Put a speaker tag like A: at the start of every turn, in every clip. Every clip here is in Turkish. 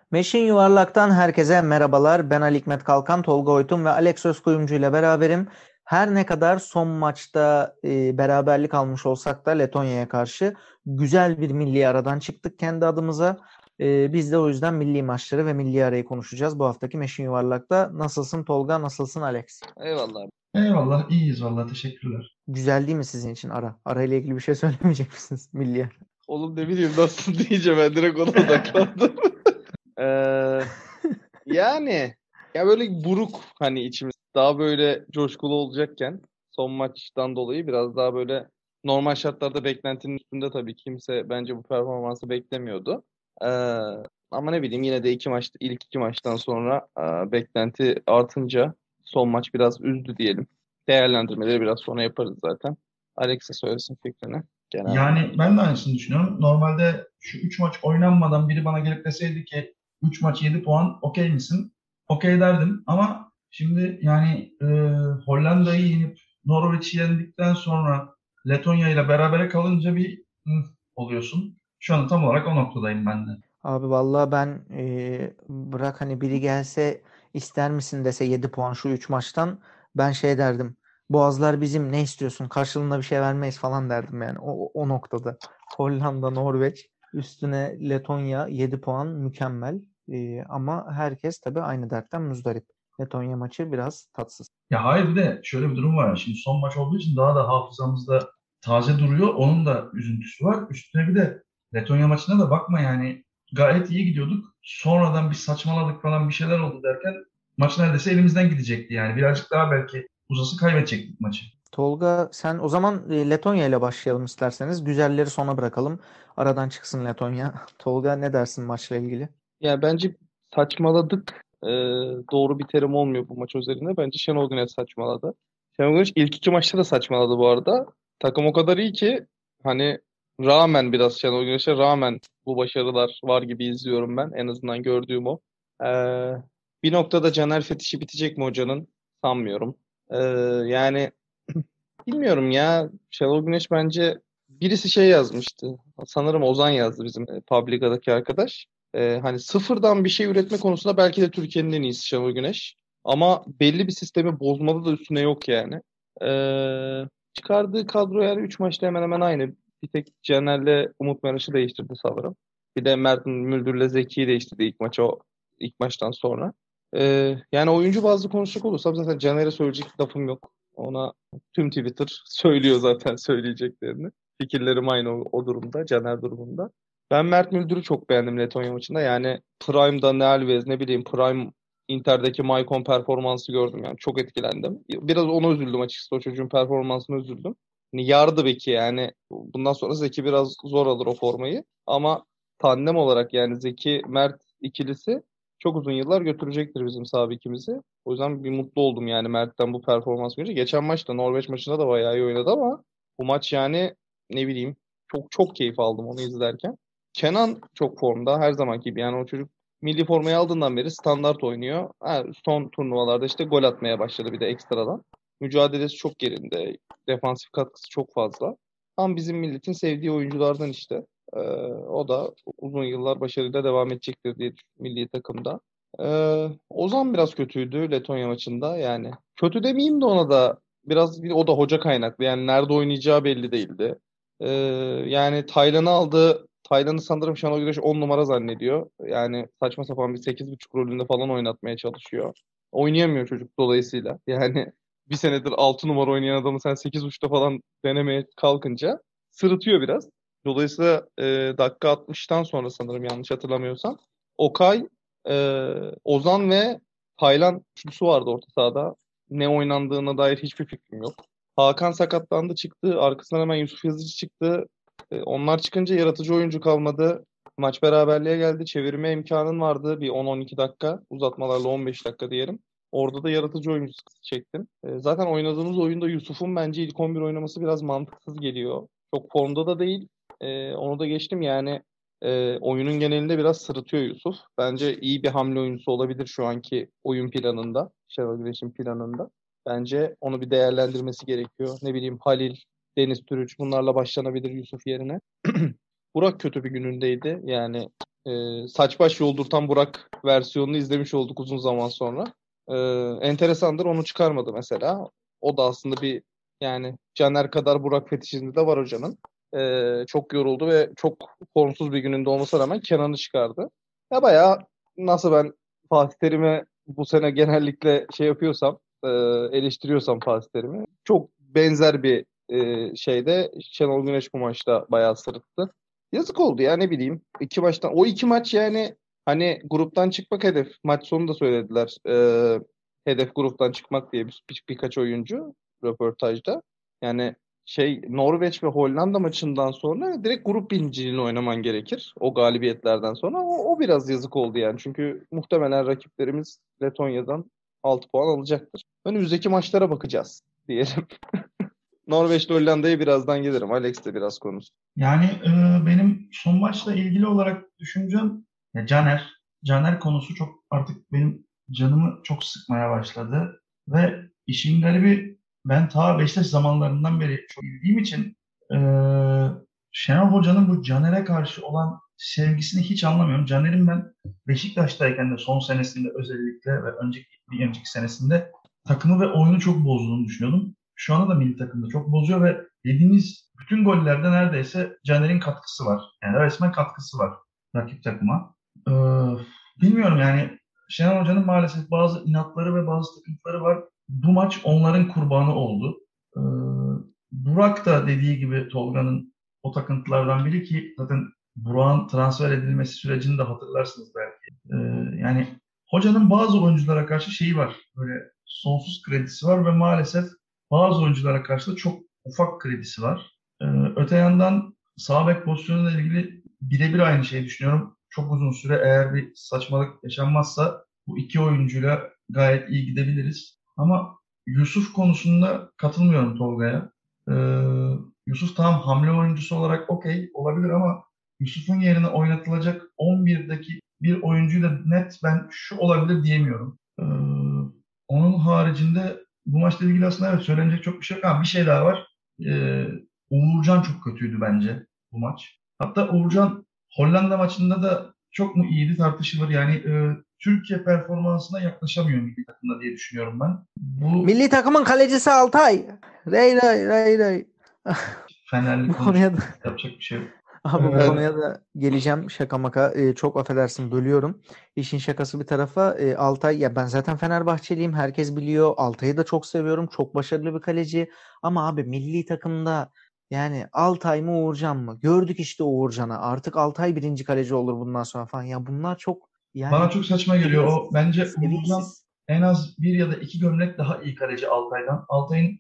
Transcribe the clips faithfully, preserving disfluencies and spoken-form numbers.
A: Meşin Yuvarlak'tan herkese merhabalar. Ben Ali Hikmet Kalkan, Tolga Oytun ve Alex Özkuyumcu ile beraberim. Her ne kadar son maçta e, beraberlik almış olsak da Letonya'ya karşı güzel bir milli aradan çıktık kendi adımıza. E, biz de o yüzden milli maçları ve milli arayı konuşacağız bu haftaki Meşin Yuvarlak'ta. Nasılsın Tolga, nasılsın Alex?
B: Eyvallah abi.
C: Eyvallah, iyiyiz vallahi teşekkürler.
A: Güzel değil mi sizin için ara? Arayla ilgili bir şey söylemeyecek misiniz milli ara?
B: Oğlum ne bileyim nasıl diyeceğim, ben direkt ona odaklandım. Ee, yani ya böyle buruk, hani içimiz daha böyle coşkulu olacakken son maçtan dolayı biraz daha böyle normal şartlarda beklentinin üstünde, tabii kimse bence bu performansı beklemiyordu. Ee, ama ne bileyim, yine de iki maçta ilk iki maçtan sonra e, beklenti artınca son maç biraz üzdü diyelim. Değerlendirmeleri biraz sonra yaparız zaten. Alex'e söylesin fikrini genel
C: Yani
B: anlamda.
C: ben de aynısını düşünüyorum. Normalde şu üç maç oynanmadan biri bana gelip deseydi ki üç maç yedi puan okey misin? Okey derdim ama şimdi yani e, Hollanda'yı yenip Norveç'i yendikten sonra Letonya ile berabere kalınca bir hı, oluyorsun. Şu an tam olarak o noktadayım ben de.
A: Abi vallahi ben eee, bırak hani biri gelse ister misin dese yedi puan şu üç maçtan ben şey derdim. Boğazlar bizim ne istiyorsun karşılığında bir şey vermeyiz falan derdim yani o, o noktada. Hollanda, Norveç üstüne Letonya yedi puan mükemmel. Eee, ama herkes tabii aynı dertten muzdarip. Letonya maçı biraz tatsız.
C: Ya hayır, bir de şöyle bir durum var. Şimdi son maç olduğu için daha da hafızamızda taze duruyor. Onun da üzüntüsü var. Üstüne bir de Letonya maçına da bakma yani gayet iyi gidiyorduk. Sonradan bir saçmaladık falan bir şeyler oldu derken maç neredeyse elimizden gidecekti yani. Birazcık daha belki uzası kaybedecektik maçı.
A: Tolga sen o zaman e, Letonya ile başlayalım isterseniz. Güzelleri sona bırakalım. Aradan çıksın Letonya. Tolga ne dersin maçla ilgili?
B: Yani bence saçmaladık. Ee, doğru bir terim olmuyor bu maç üzerinde. Bence Şenol Güneş saçmaladı. Şenol Güneş ilk iki maçta da saçmaladı bu arada. Takım o kadar iyi ki hani rağmen, biraz Şenol Güneş'e rağmen bu başarılar var gibi izliyorum ben. En azından gördüğüm o. Ee, bir noktada Caner fetişi bitecek mi hocanın? Sanmıyorum. Ee, yani bilmiyorum ya. Şenol Güneş bence, birisi şey yazmıştı. Sanırım Ozan yazdı, bizim e, Publica'daki arkadaş. E, hani sıfırdan bir şey üretme konusunda belki de Türkiye'nin en iyisi Şenol Güneş. Ama belli bir sistemi bozmada da üstüne yok yani. E, çıkardığı kadro yani üç maçta hemen hemen aynı. Bir tek Caner'le Umut Meraş'ı değiştirdi sanırım. Bir de Mert Müldür'le Zeki'yi değiştirdi ilk maça, o ilk maçtan sonra. E, yani oyuncu bazlı konuşacak olursam zaten Caner'e söyleyecek lafım yok. Ona tüm Twitter söylüyor zaten söyleyeceklerini. Fikirlerim aynı o, o durumda, Caner durumunda. Ben Mert Müldür'ü çok beğendim Letonya maçında. Yani Prime'da ne Alves, ne bileyim Prime Inter'deki Maicon performansı gördüm yani. Çok etkilendim. Biraz ona üzüldüm açıkçası. O çocuğun performansına üzüldüm. Yani yardı Beki yani. Bundan sonra Zeki biraz zor alır o formayı. Ama tandem olarak yani Zeki Mert ikilisi çok uzun yıllar götürecektir bizim sağ bekimizi. O yüzden bir mutlu oldum yani Mert'ten bu performans görünce. Geçen maçta Norveç maçında da bayağı iyi oynadı ama bu maç yani ne bileyim, çok çok keyif aldım onu izlerken. Kenan çok formda her zamanki gibi, yani o çocuk milli formayı aldığından beri standart oynuyor. Ha, son turnuvalarda işte gol atmaya başladı bir de ekstradan. Mücadelesi çok yerinde. Defansif katkısı çok fazla. Tam bizim milletin sevdiği oyunculardan işte. Ee, o da uzun yıllar başarıyla devam edecektir diye düşünüyorum milli takımda. Ee, Ozan biraz kötüydü Letonya maçında yani. Kötü demeyeyim de, ona da biraz bir, o da hoca kaynaklı. Yani nerede oynayacağı belli değildi. Ee, yani Taylan'ı aldı. Taylan'ı sanırım Şenol Güneş on numara zannediyor. Yani saçma sapan bir sekiz buçuk rolünde falan oynatmaya çalışıyor. Oynayamıyor çocuk dolayısıyla. Yani bir senedir altı numara oynayan adamı sen sekiz buçukta falan denemeye kalkınca sırıtıyor biraz. Dolayısıyla e, dakika altmıştan sonra sanırım, yanlış hatırlamıyorsam, Okay, ee, Ozan ve Taylan üçlüsü vardı orta sahada. Ne oynandığına dair hiçbir fikrim yok. Hakan sakatlandı çıktı. Arkasından hemen Yusuf Yazıcı çıktı. Ee, onlar çıkınca yaratıcı oyuncu kalmadı. Maç beraberliğe geldi. Çevirme imkanın vardı. Bir on on iki dakika. Uzatmalarla on beş dakika diyelim. Orada da yaratıcı oyuncu sıkıntı çektin. Ee, zaten oynadığımız oyunda Yusuf'un bence ilk on bir oynaması biraz mantıksız geliyor. Çok formda da değil. Ee, onu da geçtim yani. E, oyunun genelinde biraz sırıtıyor Yusuf. Bence iyi bir hamle oyuncusu olabilir şu anki oyun planında. Şenol Güneş'in planında. Bence onu bir değerlendirmesi gerekiyor. Ne bileyim Halil, Deniz Türüç, bunlarla başlanabilir Yusuf yerine. Burak kötü bir günündeydi. Yani e, saç baş yoldurtan Burak versiyonunu izlemiş olduk uzun zaman sonra. E, enteresandır, onu çıkarmadı mesela. O da aslında bir, yani Caner kadar Burak fetişinde de var hocanın. E, çok yoruldu ve çok formsuz bir gününde olmasına rağmen Kenan'ı çıkardı. Ya bayağı, nasıl ben Fatih Terim'e bu sene genellikle şey yapıyorsam, e, eleştiriyorsam Fatih Terim'i, çok benzer bir e, şeyde Şenol Güneş bu maçta bayağı sırıttı. Yazık oldu ya, ne bileyim. İki maçtan, o iki maç yani, hani gruptan çıkmak hedef. Maç sonu da söylediler. E, hedef gruptan çıkmak diye bir, bir- birkaç oyuncu röportajda. Yani şey, Norveç ve Hollanda maçından sonra direkt grup birinciliğini oynaman gerekir. O galibiyetlerden sonra. O, o biraz yazık oldu yani. Çünkü muhtemelen rakiplerimiz Letonya'dan altı puan alacaktır. Önümüzdeki maçlara bakacağız diyelim. Norveç'le Hollanda'ya birazdan gelirim. Alex de biraz konuşsun.
C: Yani e, benim son maçla ilgili olarak düşüncem ya Caner. Caner konusu çok artık benim canımı çok sıkmaya başladı. Ve işin garibi, ben ta Beşiktaş zamanlarından beri çok bildiğim için e, Şenol Hoca'nın bu Caner'e karşı olan sevgisini hiç anlamıyorum. Caner'in ben Beşiktaş'tayken de son senesinde özellikle ve önceki bir önceki senesinde takımı ve oyunu çok bozduğunu düşünüyordum. Şu anda da milli takımda çok bozuyor ve yediğimiz bütün gollerde neredeyse Caner'in katkısı var. Yani resmen katkısı var rakip takıma. Ee, bilmiyorum yani, Şenol Hoca'nın maalesef bazı inatları ve bazı takıntıları var. Bu maç onların kurbanı oldu. Ee, Burak da dediği gibi Tolga'nın o takıntılardan biri ki zaten Burak'ın transfer edilmesi sürecini de hatırlarsınız belki. Ee, yani hocanın bazı oyunculara karşı şeyi var. Böyle sonsuz kredisi var ve maalesef bazı oyunculara karşı da çok ufak kredisi var. Ee, öte yandan sağ bek pozisyonuyla ilgili birebir aynı şeyi düşünüyorum. Çok uzun süre eğer bir saçmalık yaşanmazsa bu iki oyuncuyla gayet iyi gidebiliriz. Ama Yusuf konusunda katılmıyorum Tolga'ya. Ee, Yusuf tamam hamle oyuncusu olarak okey olabilir ama Yusuf'un yerine oynatılacak on birdeki bir oyuncuyu da net ben şu olabilir diyemiyorum. Ee, onun haricinde bu maçla ilgili aslında evet söylenecek çok bir şey yok ama bir şey daha var. Ee, Uğurcan çok kötüydü bence bu maç. Hatta Uğurcan Hollanda maçında da çok mu iyiydi tartışılır. Yani e, Türkiye performansına yaklaşamıyor milli takımda diye düşünüyorum ben. Bu
A: Milli takımın kalecisi Altay. Rey rey rey rey.
C: Fenerli
A: Bu
C: konuş
A: konuya da
C: yapacak bir şey yok.
A: abi bu
C: Ee,
A: konuya da geleceğim, şaka maka. Ee, çok affedersin, bölüyorum. İşin şakası bir tarafa, e, Altay, ya ben zaten Fenerbahçeliyim, herkes biliyor. Altay'ı da çok seviyorum. Çok başarılı bir kaleci. Ama abi milli takımda yani Altay mı Uğurcan mı? Gördük işte Uğurcan'ı. Artık Altay birinci kaleci olur bundan sonra falan. Ya bunlar çok
C: Bana
A: yani
C: çok saçma geliyor. O
A: seviyesiz.
C: bence Uğurcan
A: Seviyesiz.
C: en az bir ya da iki gömlek daha iyi kaleci Altay'dan. Altay'ın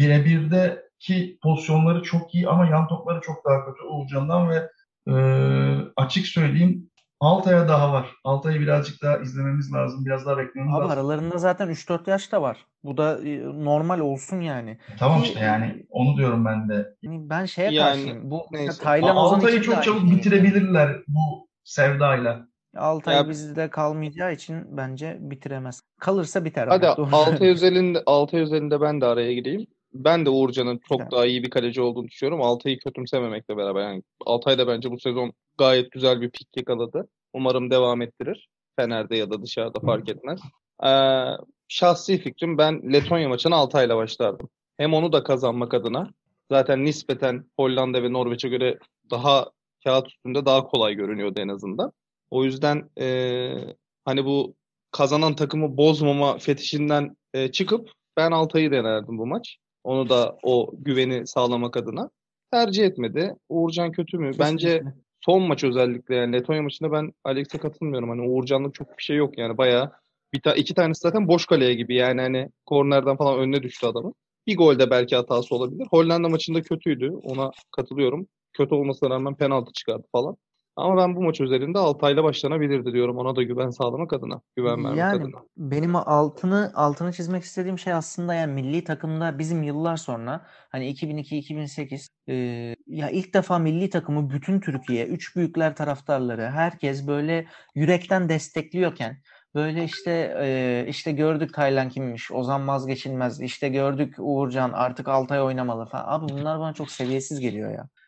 C: birebirdeki pozisyonları çok iyi ama yan topları çok daha kötü Uğurcan'dan ve e, açık söyleyeyim Altay'a daha var. Altay'ı birazcık daha izlememiz lazım. Biraz daha beklememiz
A: Abi
C: lazım.
A: aralarında zaten üç dört yaş da var. Bu da e, normal olsun yani.
C: E, tamam
A: Ki
C: işte yani onu diyorum ben de.
A: e, hani ben şeye
B: Yani
A: karşıyım. Bu mesela
B: neyse.
C: A-
A: Taylan Ozan
C: Altay'ı
A: için de
C: çok
A: aynı
C: çabuk
A: şeyi yapıyorum.
C: bitirebilirler bu sevdayla.
A: Altay
B: Ya
A: bizde kalmayacağı için bence bitiremez. Kalırsa biter
B: hadi,
A: ama doğru
B: Altay
A: söylüyorsun.
B: özelinde Altay özelinde ben de araya gireyim. Ben de Uğurcan'ın çok
A: Güzel.
B: daha iyi bir kaleci olduğunu düşünüyorum. Altay'ı kötümsememekle beraber, yani Altay da bence bu sezon gayet güzel bir pik yakaladı. Umarım devam ettirir. Fener'de ya da dışarıda fark etmez. Ee, şahsi fikrim, ben Letonya maçına Altay'la başlardım. Hem onu da kazanmak adına, zaten nispeten Hollanda ve Norveç'e göre daha kağıt üstünde daha kolay görünüyordu en azından. O yüzden ee, hani bu kazanan takımı bozmama fetişinden e, çıkıp ben Altay'ı denerdim bu maç. Onu da o güveni sağlamak adına. Tercih etmedi. Uğurcan kötü mü? Bence
A: Kesinlikle.
B: son maç özellikle, yani Letonya maçında ben Alex'e katılmıyorum. Hani Uğurcan'lık çok bir şey yok yani, bayağı bir ta iki tanesi zaten boş kaleye gibi, yani hani kornerden falan önüne düştü adamın. Bir golde belki hatası olabilir. Hollanda maçında kötüydü. Ona katılıyorum. Kötü olmasına rağmen penaltı çıkardı falan. Ama ben bu maç üzerinde Altay'la başlanabilirdi diyorum. Ona da güven sağlamak adına, güven vermek
A: Yani
B: adına.
A: benim altını altını çizmek istediğim şey aslında yani milli takımda bizim yıllar sonra hani iki bin iki iki bin sekiz e, ya ilk defa milli takımı bütün Türkiye, üç büyükler taraftarları, herkes böyle yürekten destekliyorken böyle işte e, işte gördük Taylan kimmiş, Ozan vazgeçilmez, işte gördük Uğurcan artık Altay oynamalı falan. Abi bunlar bana çok seviyesiz geliyor ya.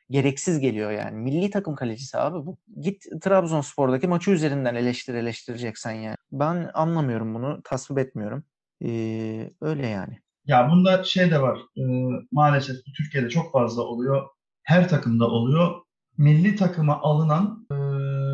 A: gereksiz geliyor yani. Milli takım kalecisi abi bu. Git Trabzonspor'daki maçı üzerinden eleştir eleştireceksen yani. Ben anlamıyorum bunu, tasvip etmiyorum. Ee, öyle yani.
C: Ya bunda şey de var. E, maalesef bu Türkiye'de çok fazla oluyor. Her takımda oluyor. Milli takıma alınan e,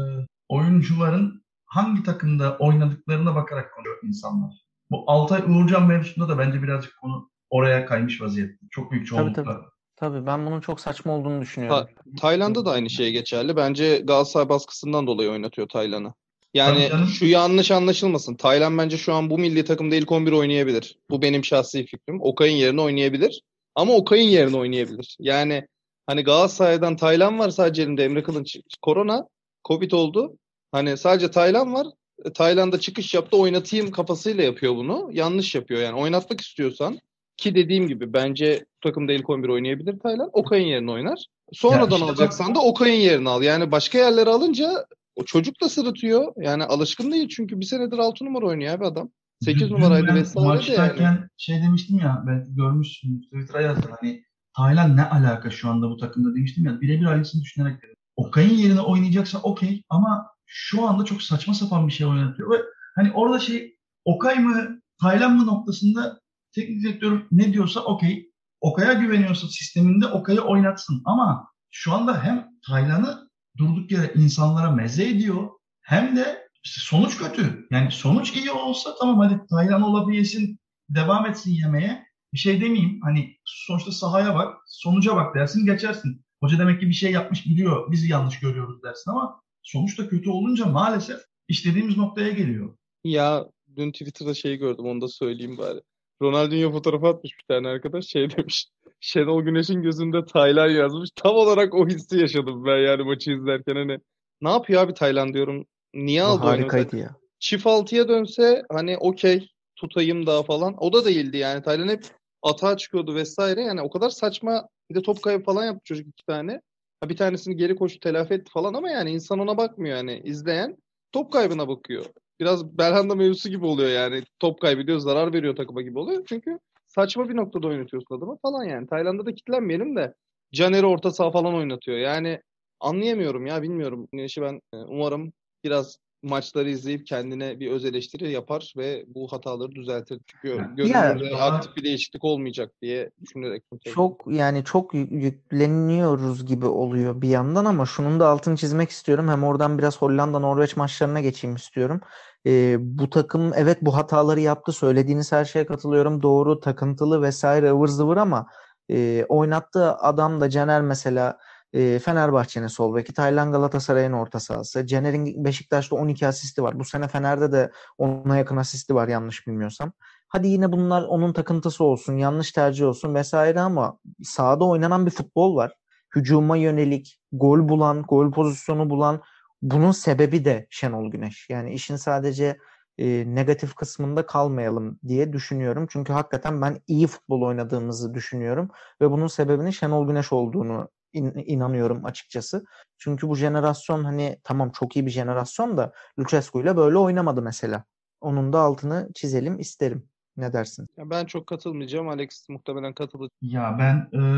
C: oyuncuların hangi takımda oynadıklarına bakarak konuşuyor insanlar. Bu Altay Uğurcan mevzusunda da bence birazcık konu oraya kaymış vaziyette. Çok büyük
A: Tabii tabii.
C: çoğunlukla.
A: Tabii ben bunun çok saçma olduğunu
B: Ta-
A: düşünüyorum.
B: Tayland'da da aynı şey geçerli. Bence Galatasaray baskısından dolayı oynatıyor Tayland'ı.
C: Tabii
B: Yani
C: canım.
B: şu yanlış anlaşılmasın. Tayland bence şu an bu milli takımda ilk on bir oynayabilir. Bu benim şahsi fikrim. Okay'ın yerine oynayabilir. Ama Okay'ın yerine oynayabilir. Yani hani Galatasaray'dan Tayland var sadece elimde. Emre Kılınç korona, Covid oldu. Hani sadece Tayland var. E, Tayland'a çıkış yaptı oynatayım kafasıyla yapıyor bunu. Yanlış yapıyor yani. Oynatmak istiyorsan ki dediğim gibi bence bu takımda ilk on bir oynayabilir Tayland. Okay'ın yerine oynar.
C: Ya
B: Sonradan
C: işte bak,
B: alacaksan da Okay'ın yerine al. Yani başka yerlere alınca o çocuk da sırıtıyor. Yani alışkın değil çünkü bir senedir altı numara oynuyor abi adam. sekiz
C: dün, dün
B: numaraydı
C: ben
B: vesaire de yani.
C: maçtayken şey demiştim ya, belki görmüşsün, Twitter'a yazdım, hani Tayland ne alaka şu anda bu takımda demiştim ya, birebir aynısını düşünerek dedim. Okay'ın yerine oynayacaksa okey, ama şu anda çok saçma sapan bir şey oynatıyor ve hani orada şey, Okay mı Tayland mı noktasında teknik direktör ne diyorsa okey. Okay'a güveniyorsa sisteminde Okay'ı oynatsın, ama şu anda hem Tayland'ı durduk yere insanlara meze ediyor, hem de işte sonuç kötü. Yani sonuç iyi olsa tamam, hadi Taylan olabilsin, devam etsin yemeye. Bir şey demeyeyim. Hani sonuçta sahaya bak, sonuca bak dersin, geçersin. Hoca demek ki bir şey yapmış, biliyor, bizi yanlış görüyoruz dersin, ama sonuç da kötü olunca maalesef istediğimiz noktaya geliyor.
B: Ya dün Twitter'da şey gördüm onu da söyleyeyim bari. Ronaldinho fotoğrafı atmış bir tane arkadaş şey demiş. Şenol Güneş'in gözünde Taylan yazmış. Tam olarak o hissi yaşadım ben yani maçı izlerken hani. Ne yapıyor abi Taylan diyorum. Niye
A: Bu
B: aldı oyunu? Mesela
A: harikaydı ya.
B: çift altıya dönse hani okey tutayım daha falan. O da değildi yani. Taylan hep atağa çıkıyordu vesaire. Yani o kadar saçma. Bir de top kaybı falan yaptı çocuk iki tane. Ha, bir tanesini geri koştu telafi etti falan ama yani insan ona bakmıyor yani. İzleyen top kaybına bakıyor. Biraz Belhanda mevzusu gibi oluyor yani. Top kaybediyor, zarar veriyor takıma gibi oluyor. Çünkü saçma bir noktada oynatıyorsun adamı falan yani. Tayland'da da kitlenmeyelim de Caner'i orta saha falan oynatıyor. Yani anlayamıyorum ya bilmiyorum. Güneş'i ben e, umarım biraz maçları izleyip kendine bir öz eleştiri yapar ve bu hataları düzeltir. Çünkü
C: Yani
B: görünürde
A: Ya
C: daha
B: aktif bir değişiklik olmayacak diye düşünerek bunu söylüyorum.
A: çok yani çok yü- yükleniyoruz gibi oluyor bir yandan ama şunun da altını çizmek istiyorum. Hem oradan biraz Hollanda-Norveç maçlarına geçeyim istiyorum. Ee, bu takım evet bu hataları yaptı. Söylediğiniz her şeye katılıyorum. Doğru, takıntılı vesaire ıvır zıvır ama e, oynattığı adam da Caner mesela e, Fenerbahçe'nin sol beki, Taylan Galatasaray'ın orta sahası. Caner'in Beşiktaş'ta on iki asisti var. Bu sene Fener'de de ona yakın asisti var yanlış bilmiyorsam. Hadi yine bunlar onun takıntısı olsun, yanlış tercih olsun vesaire ama sahada oynanan bir futbol var. Hücuma yönelik, gol bulan, gol pozisyonu bulan, bunun sebebi de Şenol Güneş. Yani işin sadece e, negatif kısmında kalmayalım diye düşünüyorum. Çünkü hakikaten ben iyi futbol oynadığımızı düşünüyorum ve bunun sebebinin Şenol Güneş olduğunu in- inanıyorum açıkçası. Çünkü bu jenerasyon hani tamam çok iyi bir jenerasyon da Lucescu ile böyle oynamadı mesela. Onun da altını çizelim isterim. Ne dersin?
B: Ya ben çok katılmayacağım. Alex muhtemelen katılacak.
C: ya ben e,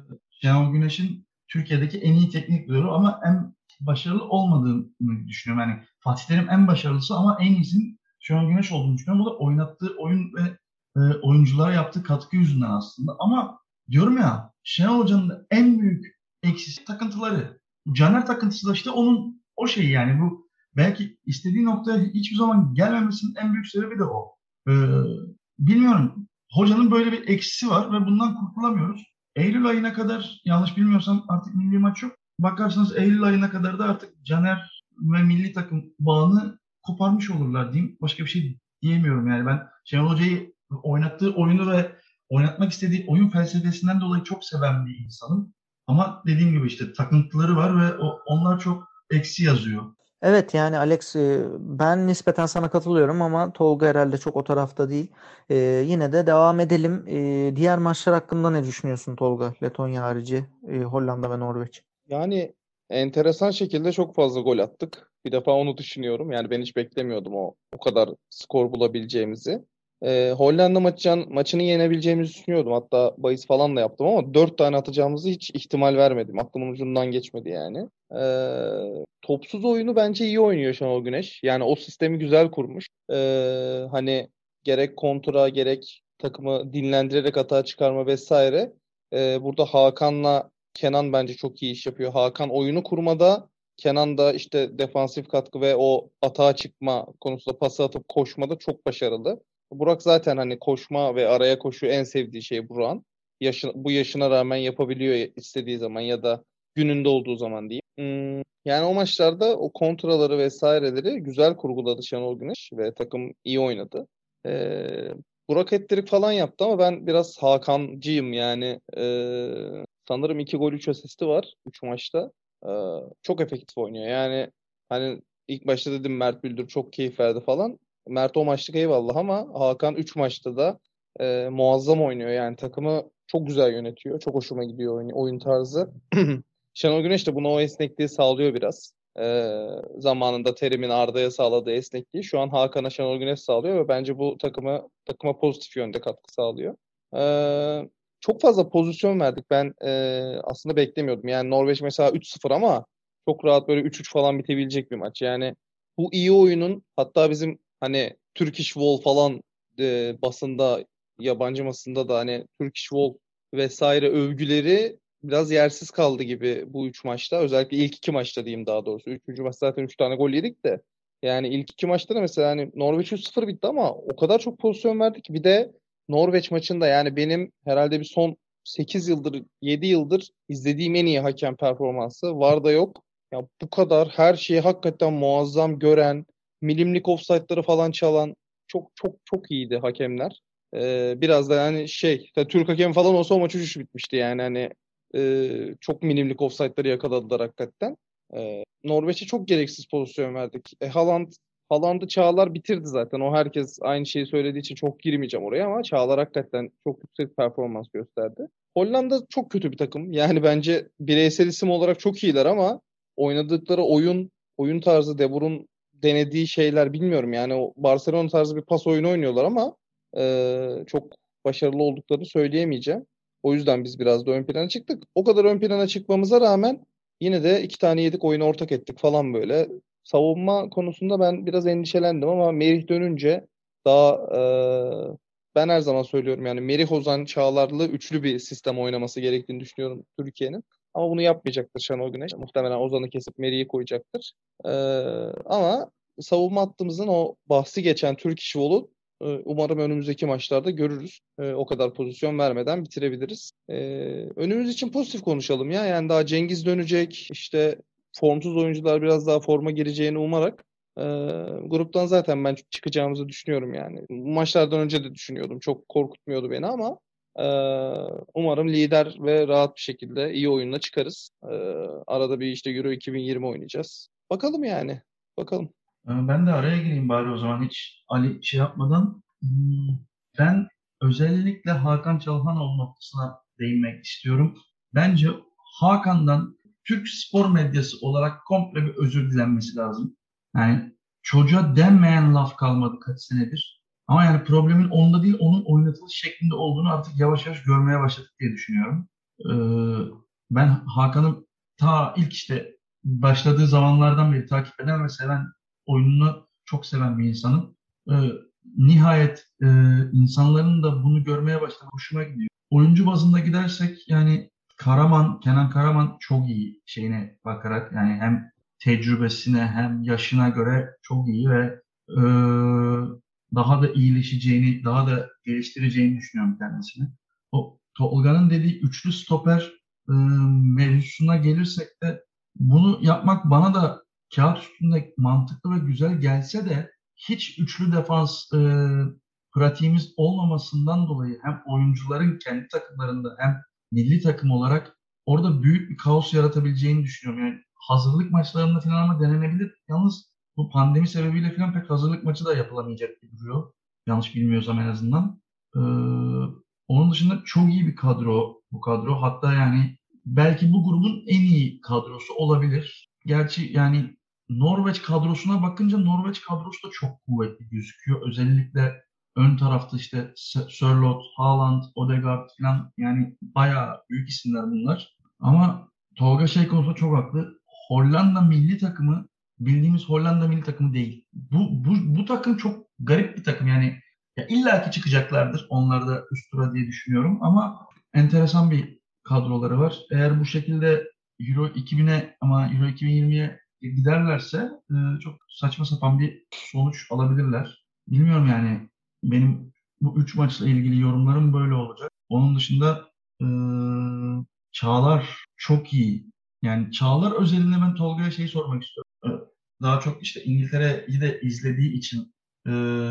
C: Şenol Güneş'in Türkiye'deki en iyi teknik direktörü ama en başarılı olmadığını düşünüyorum. Yani Fatih Terim en başarılısı ama en iyisinin Şenol Güneş olduğunu düşünüyorum. Bu da oynattığı oyun ve e, oyunculara yaptığı katkı yüzünden aslında. Ama diyorum ya, Şenol Hoca'nın en büyük eksisi takıntıları. Caner takıntısı da işte onun o şeyi, yani bu belki istediği noktaya hiçbir zaman gelmemesinin en büyük sebebi de o. E, bilmiyorum. Hocanın böyle bir eksisi var ve bundan kurtulamıyoruz. Eylül ayına kadar, yanlış bilmiyorsam, artık milli maç yok. Bakarsanız Eylül ayına kadar da artık Caner ve milli takım bağını koparmış olurlar diyeyim. Başka bir şey diyemiyorum yani. Ben Şenol Hoca'yı oynattığı oyunu ve oynatmak istediği oyun felsefesinden dolayı çok seven bir insanım. Ama dediğim gibi işte takıntıları var ve o, onlar çok eksi yazıyor.
A: Evet yani Alex e, ben nispeten sana katılıyorum ama Tolga herhalde çok o tarafta değil. E, yine de devam edelim. E, diğer maçlar hakkında ne düşünüyorsun Tolga? Letonya harici, e, Hollanda ve Norveç.
B: Yani enteresan şekilde çok fazla gol attık. Bir defa onu düşünüyorum. Yani ben hiç beklemiyordum o o kadar skor bulabileceğimizi. E, Hollanda maçı, maçını yenebileceğimizi düşünüyordum. Hatta bahis falan da yaptım ama dört tane atacağımızı hiç ihtimal vermedim. Aklımın ucundan geçmedi yani. E, topsuz oyunu bence iyi oynuyor Şenol Güneş. Yani o sistemi güzel kurmuş. E, hani gerek kontra gerek takımı dinlendirerek atağa çıkarma vesaire. E, burada Hakan'la Kenan bence çok iyi iş yapıyor. Hakan oyunu kurmada, Kenan da işte defansif katkı ve o atağa çıkma konusunda pası atıp koşmada çok başarılı. Burak zaten hani koşma ve araya koşu en sevdiği şey Burak'ın. Yaşı, bu yaşına rağmen yapabiliyor istediği zaman ya da gününde olduğu zaman diyeyim. Hmm, yani o maçlarda o kontraları vesaireleri güzel kurguladı Şenol Güneş ve takım iyi oynadı. Ee, Burak hat-trick falan yaptı ama ben biraz Hakan'cıyım yani. Ee, sanırım iki gol üç asisti var üç maçta. Ee, çok efektif oynuyor. Yani hani ilk başta dedim Mert Müldür çok keyif verdi falan. Mert o maçlık eyvallah ama Hakan üç maçta da e, muazzam oynuyor. Yani takımı çok güzel yönetiyor. Çok hoşuma gidiyor oyun, oyun tarzı. Şenol Güneş de buna o esnekliği sağlıyor biraz. E, zamanında Terim'in Arda'ya sağladığı esnekliği şu an Hakan'a Şenol Güneş sağlıyor ve bence bu takımı takıma pozitif yönde katkı sağlıyor. E, çok fazla pozisyon verdik. Ben e, aslında beklemiyordum. Yani Norveç mesela üç sıfır ama çok rahat böyle üç üç falan bitebilecek bir maç. Yani bu iyi oyunun hatta bizim hani Turkish Wall falan e, basında yabancı basında da hani Turkish Wall vesaire övgüleri biraz yersiz kaldı gibi bu üç maçta. Özellikle ilk iki maçta diyeyim daha doğrusu. Üçüncü maç zaten üç tane gol yedik de. Yani ilk iki maçta da mesela hani Norveç üç sıfır bitti ama o kadar çok pozisyon verdik ki bir de Norveç maçında yani benim herhalde bir son sekiz yıldır yedi yıldır izlediğim en iyi hakem performansı var da yok. Ya bu kadar her şeyi hakikaten muazzam gören, milimlik ofsaytları falan çalan çok çok çok iyiydi hakemler. Ee, biraz da yani şey, tabii Türk hakemi falan olsa o maç üç üç bitmişti yani hani e, çok milimlik ofsaytları yakaladılar hakikaten. Ee, Norveç'e çok gereksiz pozisyon verdik. E, Haaland, Haaland'ı Çağlar bitirdi zaten. O herkes aynı şeyi söylediği için çok girmeyeceğim oraya ama Çağlar hakikaten çok yüksek performans gösterdi. Hollanda çok kötü bir takım. Yani bence bireysel isim olarak çok iyiler ama oynadıkları oyun, oyun tarzı De Boer'un denediği şeyler bilmiyorum. Yani o Barcelona tarzı bir pas oyunu oynuyorlar ama e, çok başarılı olduklarını söyleyemeyeceğim. O yüzden biz biraz da ön plana çıktık. O kadar ön plana çıkmamıza rağmen yine de iki tane yedik oyunu ortak ettik falan böyle. Savunma konusunda ben biraz endişelendim ama Merih dönünce daha e, ben her zaman söylüyorum yani Merih Ozan Çağlarlı üçlü bir sistem oynaması gerektiğini düşünüyorum Türkiye'nin. Ama bunu yapmayacaktır Şenol Güneş. Muhtemelen Ozan'ı kesip Merih'i koyacaktır. Ee, ama savunma hattımızın o bahsi geçen Türk işi olup e, umarım önümüzdeki maçlarda görürüz. E, o kadar pozisyon vermeden bitirebiliriz. E, önümüz için pozitif konuşalım ya. Yani daha Cengiz dönecek. İşte formsuz oyuncular biraz daha forma gireceğini umarak e, gruptan zaten ben çıkacağımızı düşünüyorum yani. Bu maçlardan önce de düşünüyordum. Çok korkutmuyordu beni ama ee, umarım lider ve rahat bir şekilde iyi oyunla çıkarız. Ee, arada bir işte Euro iki bin yirmi oynayacağız. Bakalım yani. Bakalım.
C: Ee, Ben de araya gireyim bari o zaman hiç Ali şey yapmadan. Hmm, Ben özellikle Hakan Çalhanoğlu noktasına değinmek istiyorum. Bence Hakan'dan Türk spor medyası olarak komple bir özür dilenmesi lazım. Yani çocuğa denmeyen laf kalmadı kaç senedir. Ama yani problemin onda değil, onun oynatılış şeklinde olduğunu artık yavaş yavaş görmeye başladık diye düşünüyorum. Ee, Ben Hakan'ın ta ilk işte başladığı zamanlardan beri takip eden ve seven, oyununu çok seven bir insanım. Ee, nihayet e, insanların da bunu görmeye başladı. Hoşuma gidiyor. Oyuncu bazında gidersek yani Karaman, Kenan Karaman çok iyi şeyine bakarak yani hem tecrübesine hem yaşına göre çok iyi ve e, daha da iyileşeceğini, daha da geliştireceğini düşünüyorum kendisini. O Tolga'nın dediği üçlü stoper e, mevzusuna gelirsek de bunu yapmak bana da kağıt üstünde mantıklı ve güzel gelse de hiç üçlü defans e, pratiğimiz olmamasından dolayı hem oyuncuların kendi takımlarında hem milli takım olarak orada büyük bir kaos yaratabileceğini düşünüyorum. Yani hazırlık maçlarında falan ama denenebilir. Yalnız bu pandemi sebebiyle falan pek hazırlık maçı da yapılamayacak gibi duruyor. Yanlış bilmiyorsam en azından. Ee, Onun dışında çok iyi bir kadro bu kadro. Hatta yani belki bu grubun en iyi kadrosu olabilir. Gerçi yani Norveç kadrosuna bakınca Norveç kadrosu da çok kuvvetli gözüküyor. Özellikle ön tarafta işte S- Sörloth, Haaland, Odegaard falan yani bayağı büyük isimler bunlar. Ama Tolga şey konusunda çok haklı. Hollanda milli takımı bildiğimiz Hollanda milli takımı değil. Bu, bu, bu takım çok garip bir takım yani. Ya illaki çıkacaklardır. Onlar da üst tura diye düşünüyorum ama enteresan bir kadroları var. Eğer bu şekilde Euro iki bine ama Euro iki bin yirmiye giderlerse e, çok saçma sapan bir sonuç alabilirler. Bilmiyorum yani benim bu üç maçla ilgili yorumlarım böyle olacak. Onun dışında e, Çağlar çok iyi. Yani Çağlar özelinde ben Tolga'ya şey sormak istiyorum. E, Daha çok işte İngiltere'yi de izlediği için e,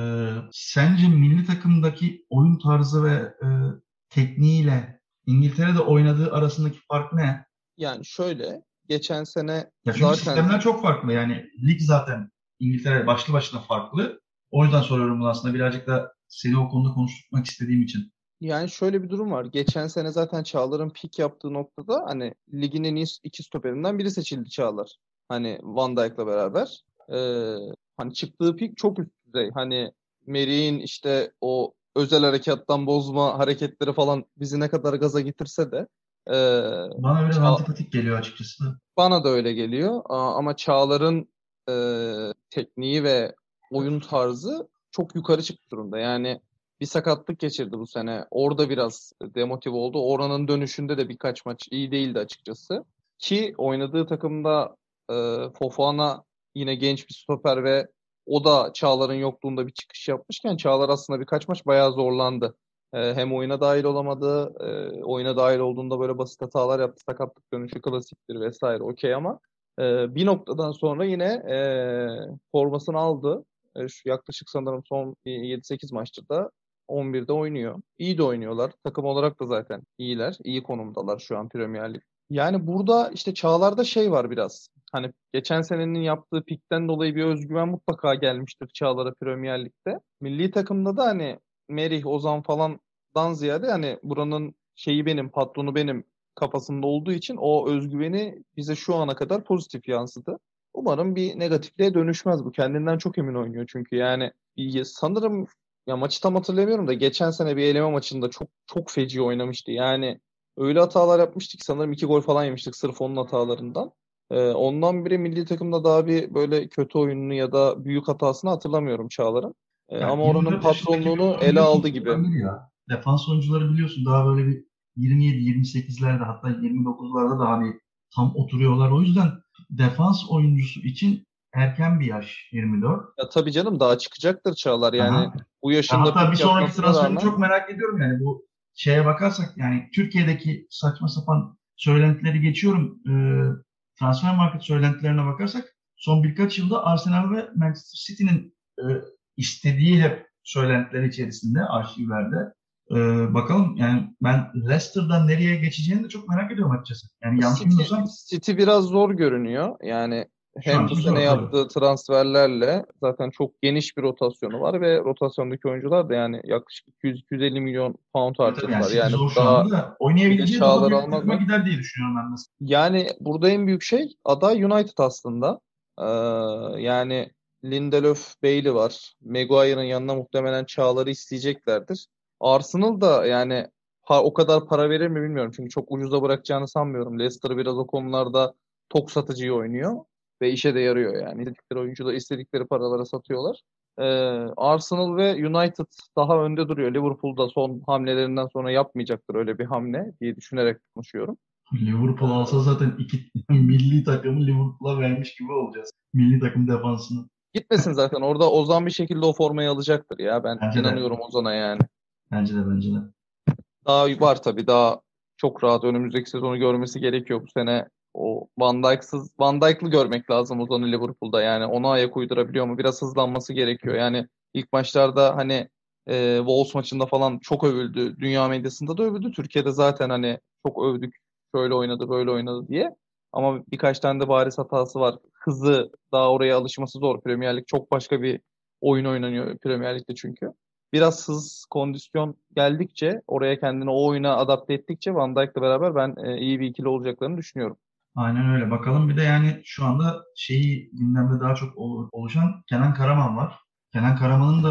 C: sence milli takımdaki oyun tarzı ve e, tekniğiyle İngiltere'de oynadığı arasındaki fark ne?
B: Yani şöyle, geçen sene
C: Ya çünkü
B: zaten
C: sistemler çok farklı. Yani lig zaten İngiltere başlı başına farklı. O yüzden soruyorum bunu aslında. Birazcık da seni o konuda konuşturmak istediğim için.
B: yani şöyle bir durum var. Geçen sene zaten Çağlar'ın pik yaptığı noktada hani ligin en iyi iki stoperinden biri seçildi Çağlar. Hani Van Dijk'la beraber. Ee, Hani çıktığı pik çok üst düzey. Hani Merih'in işte o özel harekattan bozma hareketleri falan bizi ne kadar gaza getirse de ee,
C: Bana biraz
B: Ça-
C: antipatik geliyor açıkçası.
B: bana da öyle geliyor. Aa, ama Çağlar'ın ee, tekniği ve oyun tarzı çok yukarı çıktı durumda. Yani bir sakatlık geçirdi bu sene. Orada biraz demotive oldu. Oranın dönüşünde de birkaç maç iyi değildi açıkçası. Ki oynadığı takımda e, Fofana yine genç bir stoper ve o da Çağlar'ın yokluğunda bir çıkış yapmışken Çağlar aslında birkaç maç bayağı zorlandı. E, hem oyuna dahil olamadı. E, oyuna dahil olduğunda böyle basit hatalar yaptı. Sakatlık dönüşü klasiktir vesaire okey ama e, bir noktadan sonra yine e, formasını aldı. E, şu yaklaşık sanırım son yedi sekiz maçtır da on birde oynuyor. İyi de oynuyorlar. Takım olarak da zaten iyiler. İyi konumdalar şu an Premier Lig. Yani burada işte Çağlar'da şey var biraz. Hani geçen senenin yaptığı pikten dolayı bir özgüven mutlaka gelmiştir Çağlar'a Premier Lig'de. Milli takımda da hani Merih, Ozan falandan ziyade hani buranın şeyi benim, patronu benim kafasında olduğu için o özgüveni bize şu ana kadar pozitif yansıdı. Umarım bir negatifliğe dönüşmez bu. Kendinden çok emin oynuyor çünkü yani iyi- sanırım ya maçı tam hatırlamıyorum da geçen sene bir eleme maçında çok çok feci oynamıştı. Yani öyle hatalar yapmıştık sanırım iki gol falan yemiştik sırf onun hatalarından. Ee, ondan beri milli takımda daha bir böyle kötü oyununu ya da büyük hatasını hatırlamıyorum Çağlar'ın. Ee,
C: Yani
B: ama oranın
C: yirmi dört yaşındaki bir
B: patronluğunu
C: oyuncu
B: ele
C: biliyorsun
B: aldı gibi.
C: Ömür ya. Defans oyuncuları biliyorsun daha böyle bir yirmi yedi yirmi sekizlerde hatta yirmi dokuzlarda da hani tam oturuyorlar. O yüzden defans oyuncusu için erken bir yaş yirmi dört.
B: Ya tabii canım daha çıkacaktır Çağlar yani
C: Aha.
B: bu
C: Ya
B: yaşında
C: hatta bir
B: pik
C: sonraki
B: yapmasına
C: transferini
B: rağmen
C: çok merak ediyorum yani bu şeye bakarsak yani Türkiye'deki saçma sapan söylentileri geçiyorum. Ee, transfer market söylentilerine bakarsak son birkaç yılda Arsenal ve Manchester City'nin e, istediği hep söylentiler içerisinde arşivlerde. Ee, bakalım yani ben Leicester'dan nereye geçeceğini de çok merak ediyorum açıkçası. Yani yanlış
B: City,
C: bilmiyorsam
B: City biraz zor görünüyor. Yani
C: şu an
B: hem bu
C: için
B: sene
C: zor tabii.
B: yaptığı transferlerle zaten çok geniş bir rotasyonu var ve rotasyondaki oyuncular da yani yaklaşık iki yüz iki yüz elli milyon pound
C: Tabii tabii yani
B: harcadılar.
C: City
B: Yani
C: zor şu
B: daha
C: anda da
B: bir de
C: oynayabileceği daha
B: Çağlar
C: büyük bir takıma
B: almadan.
C: gider diye düşünüyorum ben mesela.
B: Yani burada en büyük şey aday United aslında. Ee, Yani Lindelöf, Bailey var. Maguire'ın yanına muhtemelen Çağlar'ı isteyeceklerdir. Arsenal da yani pa- o kadar para verir mi bilmiyorum. Çünkü çok ucuza bırakacağını sanmıyorum. Leicester biraz o konularda tok satıcıyı oynuyor. Ve işe de yarıyor yani. İstedikleri oyuncuları istedikleri paralara satıyorlar. Ee, Arsenal ve United daha önde duruyor. Liverpool da son hamlelerinden sonra yapmayacaktır öyle bir hamle diye düşünerek konuşuyorum.
C: Liverpool alsa zaten iki milli takımı Liverpool'a vermiş gibi olacağız. Milli takım defansını.
B: Gitmesin zaten. Orada Ozan bir şekilde o formayı alacaktır ya. Ben
C: Bence de.
B: inanıyorum Ozan'a yani.
C: Bence de bence de.
B: Daha var tabii. Daha çok rahat önümüzdeki sezonu görmesi gerekiyor bu sene. O Van Dijk'sız, Van Dijk'lı görmek lazım Ozan'ı Liverpool'da. Yani ona ayak uydurabiliyor mu? Biraz hızlanması gerekiyor. Yani ilk maçlarda hani e, Wolves maçında falan çok övüldü. Dünya medyasında da övüldü. Türkiye'de zaten hani çok övdük. Şöyle oynadı, böyle oynadı diye. Ama birkaç tane de bariz hatası var. Hızı daha oraya alışması zor. Premier Lig çok başka bir oyun oynanıyor Premier Lig'de çünkü. Biraz hız, kondisyon geldikçe, oraya kendini o oyuna adapte ettikçe Van Dijk'la beraber ben e, iyi bir ikili olacaklarını düşünüyorum.
C: Aynen öyle. Bakalım bir de yani şu anda şeyi gündemde daha çok ol- oluşan Kenan Karaman var. Kenan Karaman'ın da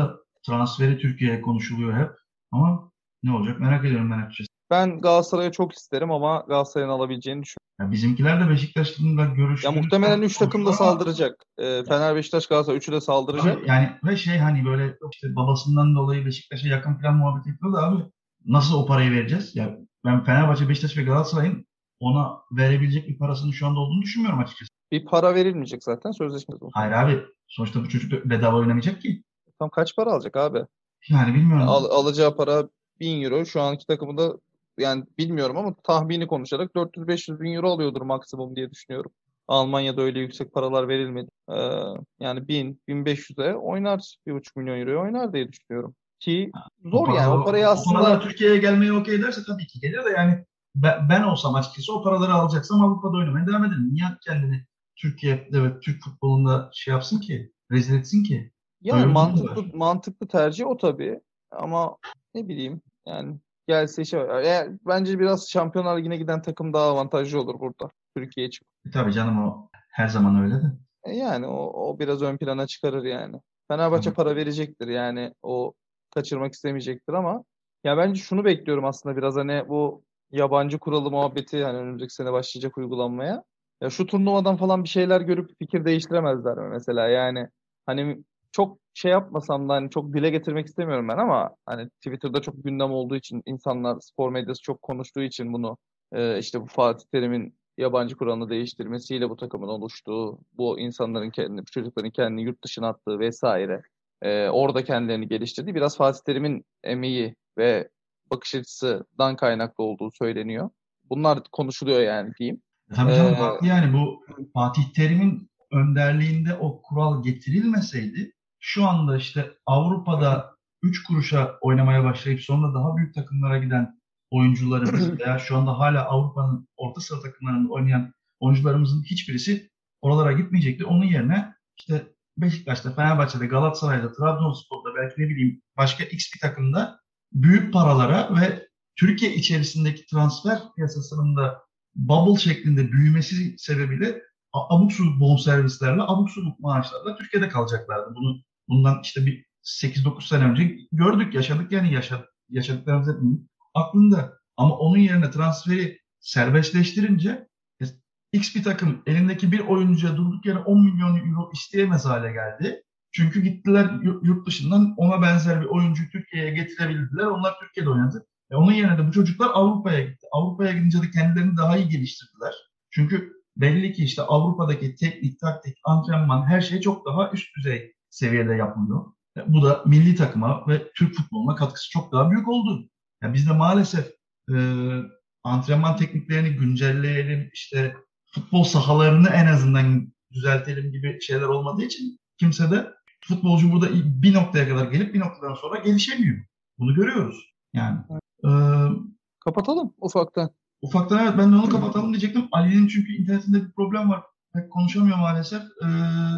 C: transferi Türkiye'ye konuşuluyor hep. Ama ne olacak merak ediyorum ben açıkçası.
B: Ben Galatasaray'ı çok isterim ama Galatasaray'ın alabileceğini düşünüyorum.
C: Ya bizimkiler de Beşiktaş'ın da
B: Ya
C: görüştüğünü
B: muhtemelen üç takım da
C: konuşuyor ama
B: saldıracak. Ee, Fener, Beşiktaş, Galatasaray üçü de saldıracak.
C: abi yani ve şey hani böyle işte babasından dolayı Beşiktaş'a yakın plan muhabbeti yapıyor da abi nasıl o parayı vereceğiz? Ya ben Fenerbahçe, Beşiktaş ve Galatasaray'ın ona verebilecek bir parasının şu anda olduğunu düşünmüyorum açıkçası.
B: Bir para verilmeyecek zaten sözleşmede.
C: Hayır abi sonuçta bu çocuk da bedava oynamayacak ki.
B: Tam kaç para alacak abi?
C: Yani bilmiyorum.
B: Al, alacağı para bin euro. Şu anki takımında yani bilmiyorum ama tahmini konuşarak dört yüz beş yüz bin euro alıyordur maksimum diye düşünüyorum. Almanya'da öyle yüksek paralar verilmedi. Ee, yani bin, bin beş yüze oynar. Bir buçuk milyon euroya oynar diye düşünüyorum. Ki
C: O
B: zor yani.
C: paralar,
B: O parayı
C: o paralar
B: aslında
C: Türkiye'ye gelmeye okey derse tabii ki gelir de yani ben, ben olsam açıkçası o paraları alacaksam Avrupa'da oynamaya devam ederim. Niye kendini Türkiye'de ve Türk futbolunda şey yapsın ki, rezil etsin ki?
B: yani
C: Öyle bir durum da
B: mantıklı
C: var.
B: mantıklı tercih o tabii. Ama ne bileyim yani gelse işe yani bence biraz Şampiyonlar Ligi'ne giden takım daha avantajlı olur burada Türkiye için.
C: E, tabii canım o her zaman öyle de.
B: E yani o, o biraz ön plana çıkarır yani. Fenerbahçe
C: Tabii.
B: para verecektir yani o kaçırmak istemeyecektir ama ya bence şunu bekliyorum aslında biraz hani bu yabancı kuralı muhabbeti hani önümüzdeki sene başlayacak uygulanmaya. Ya şu turnuvadan falan bir şeyler görüp fikir değiştiremezler mi mesela yani hani çok şey yapmasam da hani çok dile getirmek istemiyorum ben ama hani Twitter'da çok gündem olduğu için insanlar spor medyası çok konuştuğu için bunu e, işte bu Fatih Terim'in yabancı kuralını değiştirmesiyle bu takımın oluştuğu, bu insanların kendini, bu çocukların kendini yurt dışına attığı vesaire, e, orada kendilerini geliştirdiği biraz Fatih Terim'in emeği ve bakış açısından kaynaklı olduğu söyleniyor. Bunlar konuşuluyor yani diyeyim.
C: Tabii
B: E,
C: canım haklı yani bu Fatih Terim'in önderliğinde o kural getirilmeseydi şu anda işte Avrupa'da üç kuruşa oynamaya başlayıp sonra daha büyük takımlara giden oyuncularımız veya şu anda hala Avrupa'nın orta sıra takımlarında oynayan oyuncularımızın hiçbirisi oralara gitmeyecekti. Onun yerine işte Beşiktaş'ta, Fenerbahçe'de, Galatasaray'da, Trabzonspor'da belki ne bileyim başka X bir takımda büyük paralara ve Türkiye içerisindeki transfer piyasasının da bubble şeklinde büyümesi sebebiyle a- abuk subuk bonservislerle, abuk subuk maaşlarla Türkiye'de kalacaklardı. Bunu bundan işte bir sekiz dokuz sene önce gördük, yaşadık yani yaşadık, yaşadıklarımız hepimizin aklında. Ama onun yerine transferi serbestleştirince e, X bir takım elindeki bir oyuncuya durduk yere on milyon euro isteyemez hale geldi. Çünkü gittiler yu- yurt dışından ona benzer bir oyuncu Türkiye'ye getirebildiler. Onlar Türkiye'de oynadı. E onun yerine de bu çocuklar Avrupa'ya gitti. Avrupa'ya gidince de kendilerini daha iyi geliştirdiler. Çünkü belli ki işte Avrupa'daki teknik, taktik, antrenman her şey çok daha üst düzey seviyede yapılıyor. E bu da milli takıma ve Türk futboluna katkısı çok daha büyük oldu. Yani biz de maalesef e, antrenman tekniklerini güncelleyelim, işte futbol sahalarını en azından düzeltelim gibi şeyler olmadığı için kimse de futbolcu burada bir noktaya kadar gelip bir noktadan sonra gelişemiyor. Bunu görüyoruz. Yani ee,
B: kapatalım ufaktan.
C: ufaktan evet ben de onu kapatalım diyecektim. Ali'nin çünkü internetinde bir problem var. Pek konuşamıyor maalesef. Ee,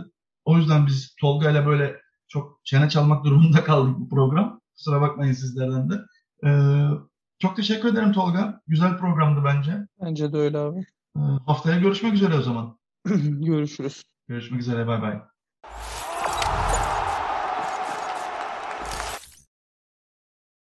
C: o yüzden biz Tolga ile böyle çok çene çalmak durumunda kaldık bu program. Kusura bakmayın sizlerden de. Ee, çok teşekkür ederim Tolga. Güzel programdı bence.
B: Bence de öyle abi.
C: Ee, haftaya görüşmek üzere o zaman.
B: Görüşürüz.
C: Görüşmek üzere. Bay bay.